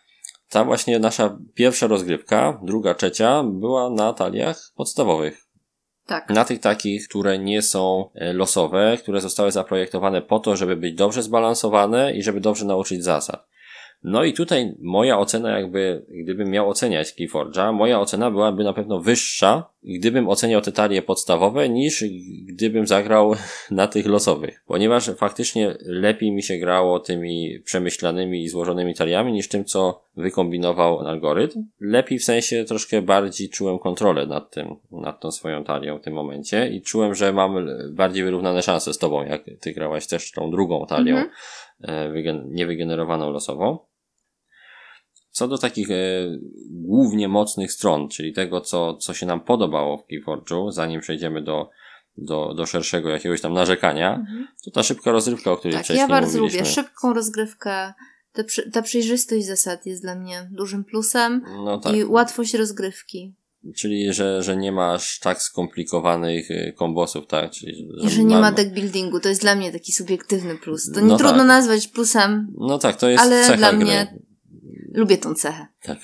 Ta właśnie nasza pierwsza rozgrywka, druga, trzecia, była na taliach podstawowych. Tak. Na tych takich, które nie są losowe, które zostały zaprojektowane po to, żeby być dobrze zbalansowane i żeby dobrze nauczyć zasad. No i tutaj moja ocena, jakby, gdybym miał oceniać Keyforge'a, moja ocena byłaby na pewno wyższa, gdybym oceniał te talie podstawowe, niż gdybym zagrał na tych losowych. Ponieważ faktycznie lepiej mi się grało tymi przemyślanymi i złożonymi taliami, niż tym, co wykombinował algorytm. Lepiej w sensie troszkę bardziej czułem kontrolę nad tym, nad tą swoją talią w tym momencie i czułem, że mam bardziej wyrównane szanse z tobą, jak ty grałaś też tą drugą talią, mm-hmm. wygen- niewygenerowaną losowo. Co do takich e, głównie mocnych stron, czyli tego, co, co się nam podobało w Keyforge'u, zanim przejdziemy do, do, do szerszego jakiegoś tam narzekania, mhm. to ta szybka rozgrywka, o której tak, wcześniej mówiliśmy. Tak, ja bardzo mówiliśmy. lubię szybką rozgrywkę. Ta, ta przejrzystość zasad jest dla mnie dużym plusem no tak. i łatwość rozgrywki. Czyli, że, że nie masz tak skomplikowanych kombosów, tak? Czyli, że I że nie ma, ma deck buildingu, to jest dla mnie taki subiektywny plus. To nie no trudno tak. nazwać plusem, no tak, to jest ale cecha dla gry. mnie lubię tą cechę. Tak,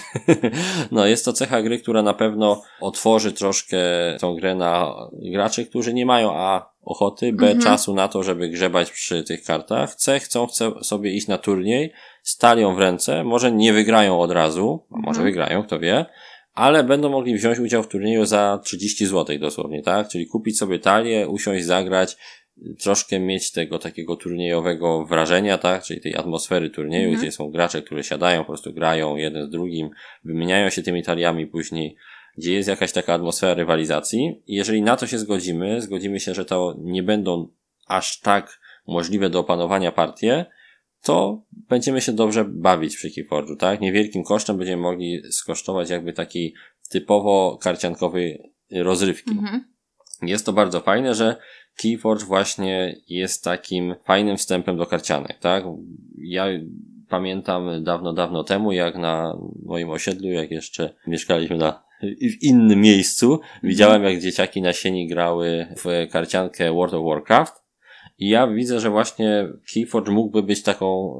no jest to cecha gry, która na pewno otworzy troszkę tą grę na graczy, którzy nie mają a ochoty, b mhm. czasu na to, żeby grzebać przy tych kartach, c chcą chce sobie iść na turniej z talią w ręce, może nie wygrają od razu, a może mhm. wygrają, kto wie, ale będą mogli wziąć udział w turnieju za trzydzieści złotych dosłownie, tak? Czyli kupić sobie talię, usiąść, zagrać, troszkę mieć tego takiego turniejowego wrażenia, tak? Czyli tej atmosfery turnieju, mhm. gdzie są gracze, które siadają, po prostu grają jeden z drugim, wymieniają się tymi taliami później, gdzie jest jakaś taka atmosfera rywalizacji. I jeżeli na to się zgodzimy, zgodzimy się, że to nie będą aż tak możliwe do opanowania partie, to będziemy się dobrze bawić przy Keyforge'u, tak? Niewielkim kosztem będziemy mogli skosztować jakby takiej typowo karciankowej rozrywki. Mhm. Jest to bardzo fajne, że Keyforge właśnie jest takim fajnym wstępem do karcianek, tak? Ja pamiętam dawno, dawno temu, jak na moim osiedlu, jak jeszcze mieszkaliśmy na, w innym miejscu, widziałem, jak dzieciaki na sieni grały w karciankę World of Warcraft I ja widzę, że właśnie Keyforge mógłby być taką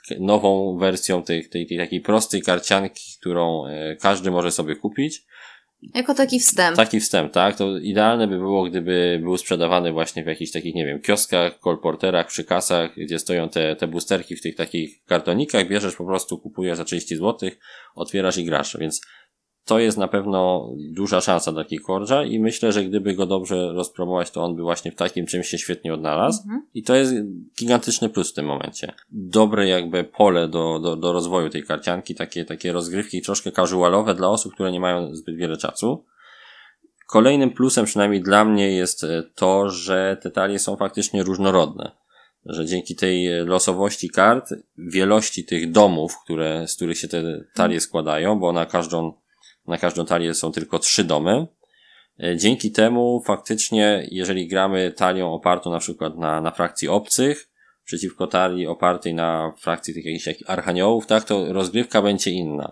nową wersją tej, tej, tej takiej prostej karcianki, którą każdy może sobie kupić. Jako taki wstęp. Taki wstęp, tak. To idealne by było, gdyby był sprzedawany właśnie w jakichś takich, nie wiem, kioskach, kolporterach, przy kasach, gdzie stoją te, te boosterki w tych takich kartonikach, bierzesz po prostu, kupujesz za trzydzieści złotych, otwierasz i grasz, więc to jest na pewno duża szansa dla Keyforge'a i myślę, że gdyby go dobrze rozpromować, to on by właśnie w takim czymś się świetnie odnalazł. Mhm. I to jest gigantyczny plus w tym momencie. Dobre jakby pole do, do, do rozwoju tej karcianki, takie, takie rozgrywki troszkę casualowe dla osób, które nie mają zbyt wiele czasu. Kolejnym plusem, przynajmniej dla mnie, jest to, że te talie są faktycznie różnorodne. Że dzięki tej losowości kart, wielości tych domów, które, z których się te talie składają, bo na każdą Na każdą talię są tylko trzy domy. Dzięki temu faktycznie, jeżeli gramy talią opartą na przykład na, na frakcji obcych, przeciwko talii opartej na frakcji tych jakichś archaniołów, tak, to rozgrywka będzie inna.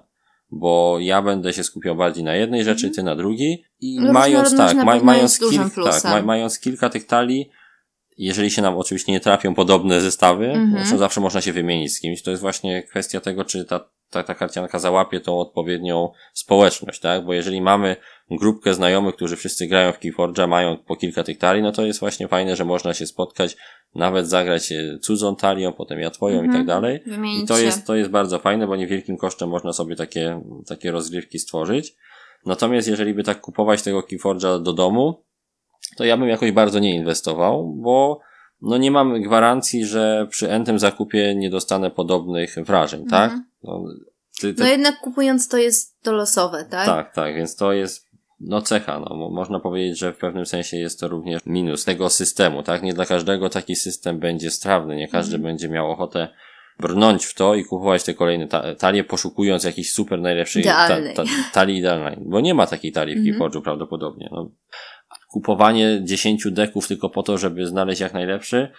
Bo ja będę się skupiał bardziej na jednej rzeczy, ty na drugiej. I no, mając tak, ma, mając, kilk, tak ma, mając kilka tych talii, jeżeli się nam oczywiście nie trafią podobne zestawy, mm-hmm. to zawsze można się wymienić z kimś. To jest właśnie kwestia tego, czy ta ta, ta karcianka załapie tą odpowiednią społeczność, tak? Bo jeżeli mamy grupkę znajomych, którzy wszyscy grają w Keyforge'a, mają po kilka tych talii, no to jest właśnie fajne, że można się spotkać, nawet zagrać cudzą talią, potem ja twoją mm-hmm. i tak dalej. Wymienić I to się. jest, to jest bardzo fajne, bo niewielkim kosztem można sobie takie, takie rozgrywki stworzyć. Natomiast jeżeli by tak kupować tego Keyforge'a do domu, to ja bym jakoś bardzo nie inwestował, bo no nie mam gwarancji, że przy entym zakupie nie dostanę podobnych wrażeń, mm-hmm. tak? No, ty, ty... no jednak kupując to jest to losowe, tak? Tak, tak, więc to jest no cecha, no można powiedzieć, że w pewnym sensie jest to również minus tego systemu, tak? Nie dla każdego taki system będzie strawny, nie każdy mm. będzie miał ochotę brnąć w to i kupować te kolejne ta- talie, poszukując jakichś super najlepszych ta- ta- talii idealnej, bo nie ma takiej talii w mm-hmm. Keyforge'u prawdopodobnie. No, kupowanie dziesięciu deków tylko po to, żeby znaleźć jak najlepszy,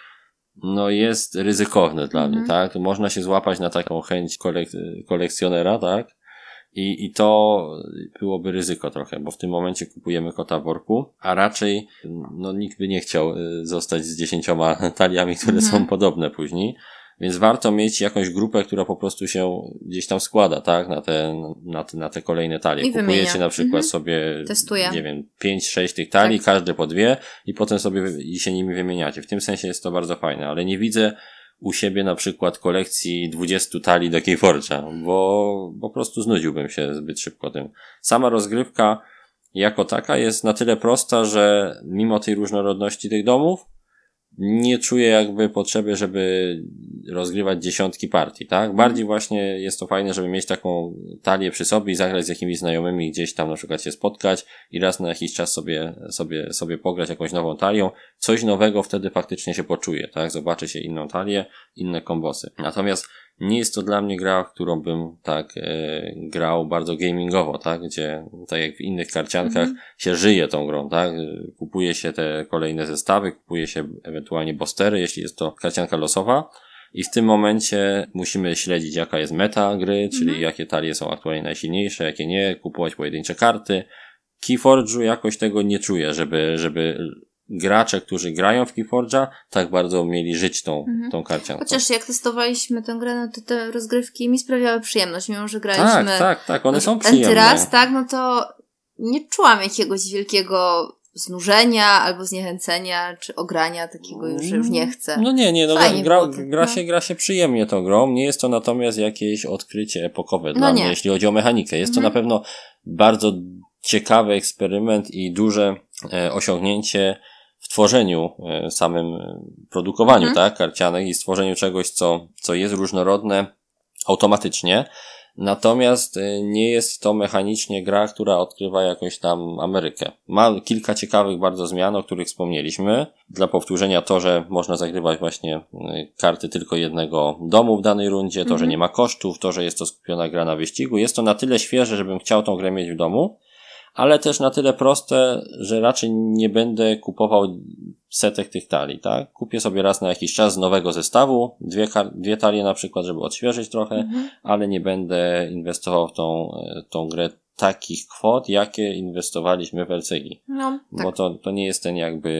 no jest ryzykowne dla mm-hmm. mnie, tak? Można się złapać na taką chęć kolek- kolekcjonera, tak? I, I to byłoby ryzyko trochę, bo w tym momencie kupujemy kota w worku, a raczej no nikt by nie chciał zostać z dziesięcioma taliami, które mm-hmm. są podobne później. Więc warto mieć jakąś grupę, która po prostu się gdzieś tam składa, tak? Na te, na te, na te kolejne talie. I Kupujecie wymienia. na przykład mhm. sobie, Testuję. nie wiem, pięć, sześć tych talii, tak. każde po dwie i potem sobie i się nimi wymieniacie. W tym sensie jest to bardzo fajne, ale nie widzę u siebie na przykład kolekcji dwudziestu talii do Keyforge'a, bo po prostu znudziłbym się zbyt szybko tym. Sama rozgrywka jako taka jest na tyle prosta, że mimo tej różnorodności tych domów, nie czuję jakby potrzeby, żeby rozgrywać dziesiątki partii, tak? Bardziej właśnie jest to fajne, żeby mieć taką talię przy sobie i zagrać z jakimiś znajomymi, gdzieś tam na przykład się spotkać i raz na jakiś czas sobie, sobie, sobie pograć jakąś nową talią. Coś nowego wtedy faktycznie się poczuje, tak? Zobaczy się inną talię, inne kombosy. Natomiast nie jest to dla mnie gra, w którą bym tak e, grał bardzo gamingowo, tak? Gdzie tak jak w innych karciankach mm-hmm. się żyje tą grą, tak? Kupuje się te kolejne zestawy, kupuje się ewentualnie boostery, jeśli jest to karcianka losowa i w tym momencie musimy śledzić jaka jest meta gry, czyli mm-hmm. jakie talie są aktualnie najsilniejsze, jakie nie, kupować pojedyncze karty. Keyforge'u jakoś tego nie czuję, żeby, żeby gracze, którzy grają w Keyforge'a, tak bardzo mieli żyć tą, mhm. tą karcianką. Chociaż jak testowaliśmy tę grę, no to te rozgrywki mi sprawiały przyjemność, mimo że graliśmy tak, tak, tak, one są przyjemne. raz, tak, no to nie czułam jakiegoś wielkiego znużenia albo zniechęcenia, czy ogrania takiego już, że już nie chcę. No nie, nie, no gra, gra, się, gra się przyjemnie tą grą, nie jest to natomiast jakieś odkrycie epokowe dla no mnie, jeśli chodzi o mechanikę. Jest mhm. to na pewno bardzo ciekawy eksperyment i duże e, osiągnięcie w tworzeniu, e, samym produkowaniu, mhm. tak, karcianek i stworzeniu czegoś, co, co jest różnorodne automatycznie. Natomiast nie jest to mechanicznie gra, która odkrywa jakąś tam Amerykę. Ma kilka ciekawych bardzo zmian, o których wspomnieliśmy. Dla powtórzenia to, że można zagrywać właśnie karty tylko jednego domu w danej rundzie, to, mm-hmm. że nie ma kosztów, to, że jest to skupiona gra na wyścigu. Jest to na tyle świeże, żebym chciał tą grę mieć w domu, ale też na tyle proste, że raczej nie będę kupował setek tych talii, tak? Kupię sobie raz na jakiś czas z nowego zestawu, dwie, dwie talie na przykład, żeby odświeżyć trochę, mhm. ale nie będę inwestował w tą, tą grę takich kwot, jakie inwestowaliśmy w L C G. No, tak. Bo to, to nie jest ten jakby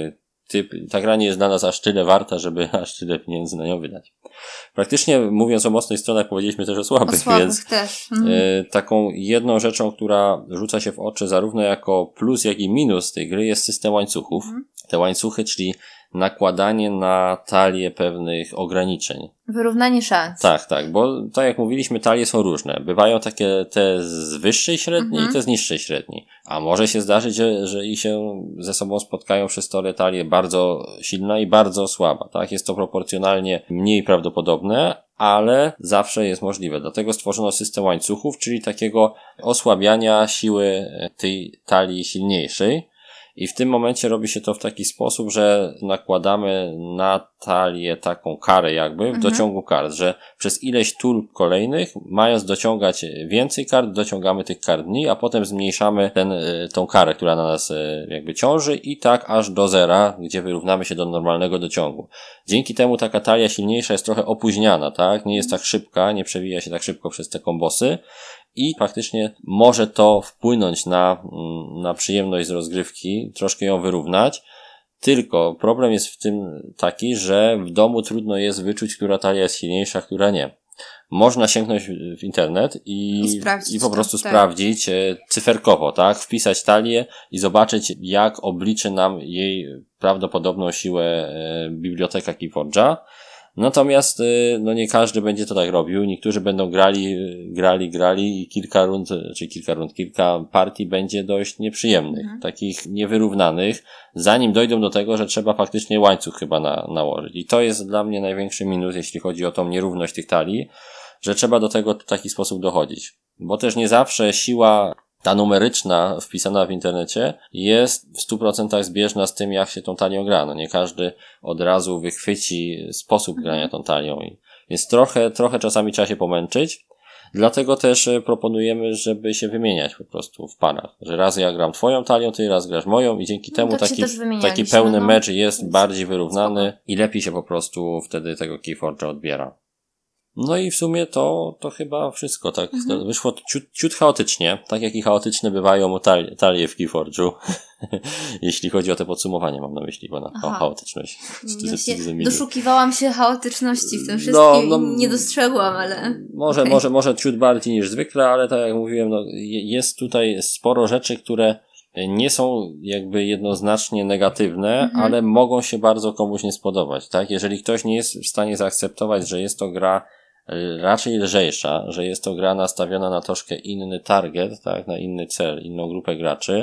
typ, ta gra nie jest dla nas aż tyle warta, żeby aż tyle pieniędzy na nią wydać. Praktycznie mówiąc o mocnych stronach, powiedzieliśmy też o słabych, o słabych więc też. Mhm. y, taką jedną rzeczą, która rzuca się w oczy zarówno jako plus, jak i minus tej gry jest system łańcuchów. Mhm. Te łańcuchy, czyli nakładanie na talię pewnych ograniczeń. Wyrównanie szans. Tak, tak, bo tak jak mówiliśmy, talie są różne. Bywają takie te z wyższej średniej mm-hmm. i te z niższej średniej. A może się zdarzyć, że, że i się ze sobą spotkają przy stole talie bardzo silna i bardzo słaba, tak? Jest to proporcjonalnie mniej prawdopodobne, ale zawsze jest możliwe. Dlatego stworzono system łańcuchów, czyli takiego osłabiania siły tej talii silniejszej. I w tym momencie robi się to w taki sposób, że nakładamy na talię taką karę jakby w mhm. dociągu kart, że przez ileś tur kolejnych, mając dociągać więcej kart, dociągamy tych kart mniej, a potem zmniejszamy ten, tą karę, która na nas jakby ciąży i tak aż do zera, gdzie wyrównamy się do normalnego dociągu. Dzięki temu taka talia silniejsza jest trochę opóźniana, tak? Nie jest tak szybka, nie przewija się tak szybko przez te kombosy. I faktycznie może to wpłynąć na, na przyjemność z rozgrywki, troszkę ją wyrównać. Tylko problem jest w tym taki, że w domu trudno jest wyczuć, która talia jest silniejsza, która nie. Można sięgnąć w internet i, sprawdzić i po prostu to, tak. sprawdzić cyferkowo, tak? Wpisać talię i zobaczyć, jak obliczy nam jej prawdopodobną siłę biblioteka Keyforge'a. Natomiast no nie każdy będzie to tak robił. Niektórzy będą grali, grali, grali i kilka rund, czy kilka rund, kilka partii będzie dość nieprzyjemnych, mhm. takich niewyrównanych, zanim dojdą do tego, że trzeba faktycznie łańcuch chyba na, nałożyć. I to jest dla mnie największy minus, jeśli chodzi o tą nierówność tych talii, że trzeba do tego w taki sposób dochodzić. Bo też nie zawsze siła ta numeryczna wpisana w internecie jest w stu procentach zbieżna z tym, jak się tą talią gra. No nie każdy od razu wychwyci sposób grania tą talią. Więc trochę, trochę czasami trzeba się pomęczyć. Dlatego też proponujemy, żeby się wymieniać po prostu w parach. Że raz ja gram twoją talią, ty raz grasz moją i dzięki no, temu tak taki, taki pełny no. mecz jest bardziej wyrównany Spoko. I lepiej się po prostu wtedy tego Keyforge'a odbiera. No i w sumie to, to chyba wszystko, tak? Mhm. Wyszło ciut, ciut chaotycznie, tak jak i chaotyczne bywają talie, talie w Keyforge'u. Jeśli chodzi o te podsumowanie, mam na myśli, bo na Aha. chaotyczność. Ja się doszukiwałam się chaotyczności w tym wszystkim no, no, i nie dostrzegłam, ale... Może, okay. może, może ciut bardziej niż zwykle, ale tak jak mówiłem, no, jest tutaj sporo rzeczy, które nie są jakby jednoznacznie negatywne, mhm. ale mogą się bardzo komuś nie spodobać, tak? Jeżeli ktoś nie jest w stanie zaakceptować, że jest to gra raczej lżejsza, że jest to gra nastawiona na troszkę inny target, tak, na inny cel, inną grupę graczy,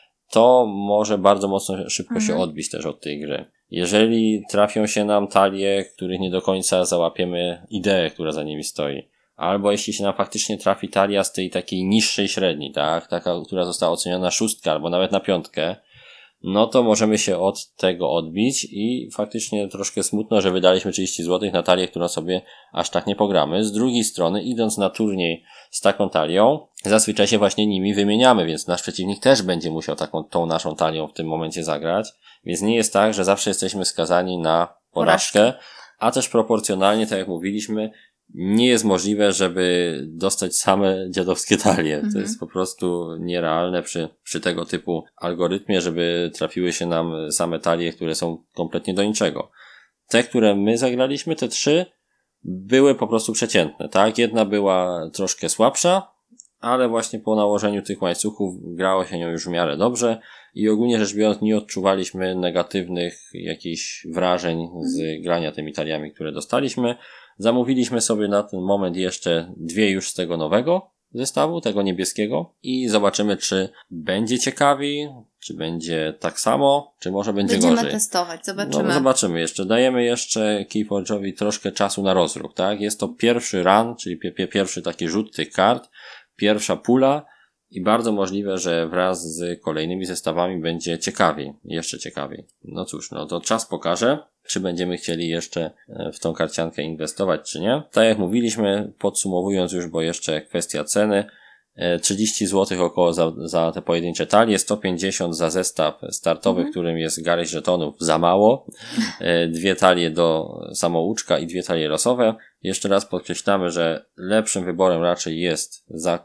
to może bardzo mocno szybko mhm. się odbić też od tej gry. Jeżeli trafią się nam talie, których nie do końca załapiemy ideę, która za nimi stoi, albo jeśli się nam faktycznie trafi talia z tej takiej niższej średniej, tak, taka, która została oceniona na szóstkę albo nawet na piątkę, no to możemy się od tego odbić i faktycznie troszkę smutno, że wydaliśmy trzydzieści złotych na talię, którą sobie aż tak nie pogramy. Z drugiej strony, idąc na turniej z taką talią, zazwyczaj się właśnie nimi wymieniamy, więc nasz przeciwnik też będzie musiał taką, tą naszą talią w tym momencie zagrać, więc nie jest tak, że zawsze jesteśmy skazani na porażkę, a też proporcjonalnie, tak jak mówiliśmy, nie jest możliwe, żeby dostać same dziadowskie talie. Mhm. To jest po prostu nierealne przy, przy tego typu algorytmie, żeby trafiły się nam same talie, które są kompletnie do niczego. Te, które my zagraliśmy, te trzy, były po prostu przeciętne, tak? Jedna była troszkę słabsza, ale właśnie po nałożeniu tych łańcuchów grało się nią już w miarę dobrze i ogólnie rzecz biorąc nie odczuwaliśmy negatywnych jakichś wrażeń z grania tymi taliami, które dostaliśmy. Zamówiliśmy sobie na ten moment jeszcze dwie już z tego nowego zestawu, tego niebieskiego i zobaczymy, czy będzie ciekawiej, czy będzie tak samo, czy może będzie Będziemy gorzej. Będziemy testować, zobaczymy. No, zobaczymy jeszcze. Dajemy jeszcze Keyforge'owi troszkę czasu na rozruch, tak? Jest to pierwszy run, czyli pie- pierwszy taki rzut tych kart, pierwsza pula i bardzo możliwe, że wraz z kolejnymi zestawami będzie ciekawiej, jeszcze ciekawiej. No cóż, no to czas pokaże, czy będziemy chcieli jeszcze w tą karciankę inwestować, czy nie. Tak jak mówiliśmy, podsumowując już, bo jeszcze kwestia ceny, trzydzieści złotych około za, za te pojedyncze talie, sto pięćdziesiąt za zestaw startowy, mhm. którym jest garść żetonów, za mało, dwie talie do samouczka i dwie talie losowe. Jeszcze raz podkreślamy, że lepszym wyborem raczej jest zakup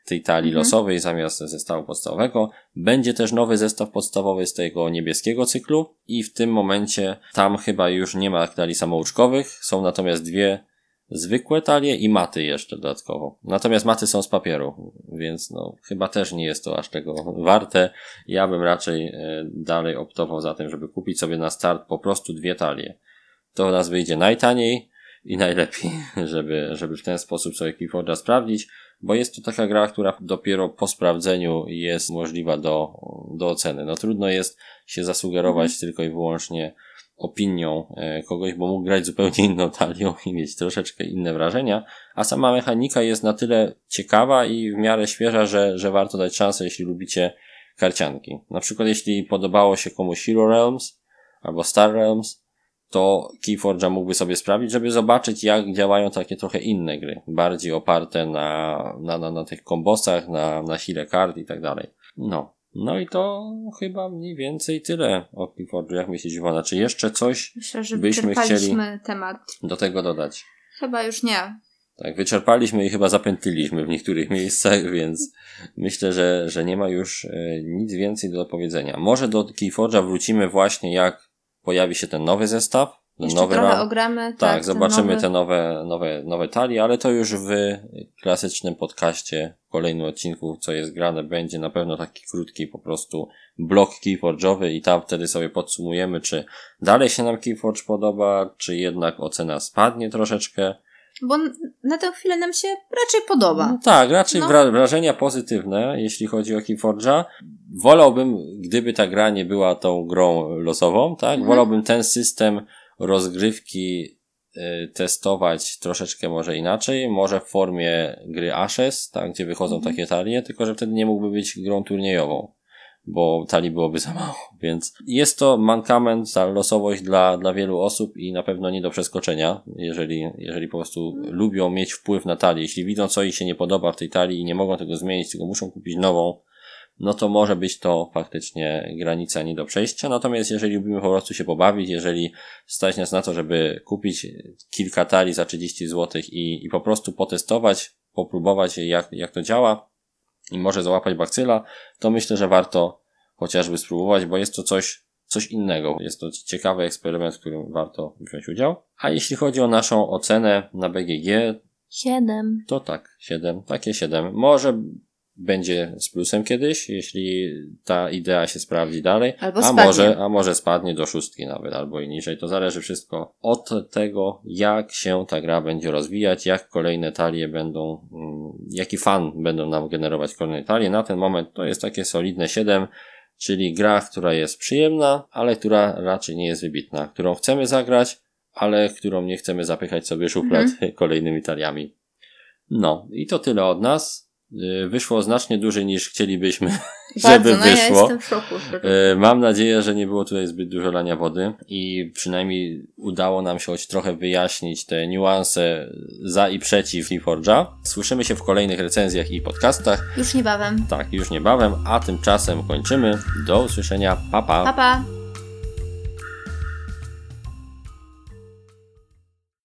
tej talii mhm. losowej zamiast zestawu podstawowego. Będzie też nowy zestaw podstawowy z tego niebieskiego cyklu i w tym momencie tam chyba już nie ma talii samouczkowych, są natomiast dwie zwykłe talie i maty jeszcze dodatkowo. Natomiast maty są z papieru, więc no chyba też nie jest to aż tego warte. Ja bym raczej e, dalej optował za tym, żeby kupić sobie na start po prostu dwie talie. To nas wyjdzie najtaniej i najlepiej, żeby, żeby w ten sposób sobie Keyforge'a sprawdzić, bo jest to taka gra, która dopiero po sprawdzeniu jest możliwa do, do oceny. No trudno jest się zasugerować mm. tylko i wyłącznie opinią kogoś, bo mógł grać zupełnie inną talią i mieć troszeczkę inne wrażenia, a sama mechanika jest na tyle ciekawa i w miarę świeża, że, że warto dać szansę, jeśli lubicie karcianki. Na przykład jeśli podobało się komuś Hero Realms albo Star Realms, to Keyforge'a mógłby sobie sprawdzić, żeby zobaczyć, jak działają takie trochę inne gry, bardziej oparte na, na, na, na tych kombosach, na, na sile kart i tak dalej. No. No i to chyba mniej więcej tyle o Keyforge'u. Jak myślisz, Iwona? Czy jeszcze coś Myślę, że byśmy chcieli temat. do tego dodać? Chyba już nie. Tak, wyczerpaliśmy i chyba zapętliliśmy w niektórych miejscach, więc myślę, że, że nie ma już e, nic więcej do powiedzenia. Może do Keyforge'a wrócimy właśnie, jak pojawi się ten nowy zestaw. Jeszcze nowy trochę ram. ogramy. Tak, tak zobaczymy nowy... te nowe, nowe, nowe talie, ale to już w klasycznym podcaście, w kolejnym odcinku, co jest grane, będzie na pewno taki krótki po prostu blok Keyforge'owy i tam wtedy sobie podsumujemy, czy dalej się nam Keyforge podoba, czy jednak ocena spadnie troszeczkę. Bo na tę chwilę nam się raczej podoba. No tak, raczej no. wra- wrażenia pozytywne, jeśli chodzi o Keyforge'a. Wolałbym, gdyby ta gra nie była tą grą losową, tak? Mhm. Wolałbym ten system rozgrywki y, testować troszeczkę może inaczej, może w formie gry Ashes, tak, gdzie wychodzą mhm. takie talie, tylko że wtedy nie mógłby być grą turniejową, bo talii byłoby za mało, więc jest to mankament, ta losowość dla, dla wielu osób i na pewno nie do przeskoczenia, jeżeli, jeżeli po prostu mhm. lubią mieć wpływ na talię, jeśli widzą co im się nie podoba w tej talii i nie mogą tego zmienić, tylko muszą kupić nową, no to może być to faktycznie granica nie do przejścia. Natomiast jeżeli lubimy po prostu się pobawić, jeżeli stać nas na to, żeby kupić kilka talii za trzydzieści złotych i, i po prostu potestować, popróbować jak, jak to działa i może załapać bakcyla, to myślę, że warto chociażby spróbować, bo jest to coś, coś innego. Jest to ciekawy eksperyment, w którym warto wziąć udział. A jeśli chodzi o naszą ocenę na B G G, siedem. To tak, siedem, takie siedem. Może będzie z plusem kiedyś, jeśli ta idea się sprawdzi dalej, albo a może, a może spadnie do szóstki nawet, albo i niżej. To zależy wszystko od tego, jak się ta gra będzie rozwijać, jak kolejne talie będą, jaki fan będą nam generować kolejne talie. Na ten moment to jest takie solidne siedem, czyli gra, która jest przyjemna, ale która raczej nie jest wybitna, którą chcemy zagrać, ale którą nie chcemy zapychać sobie szuflad mhm. kolejnymi taliami. No i to tyle od nas. Wyszło znacznie dłużej niż chcielibyśmy, Bardzo, żeby no wyszło. Ja jestem w szoku. Mam nadzieję, że nie było tutaj zbyt dużo lania wody i przynajmniej udało nam się choć trochę wyjaśnić te niuanse za i przeciw Keyforge'a. Słyszymy się w kolejnych recenzjach i podcastach. Już niebawem. Tak, już niebawem, a tymczasem kończymy. Do usłyszenia. Pa, pa. Pa, pa.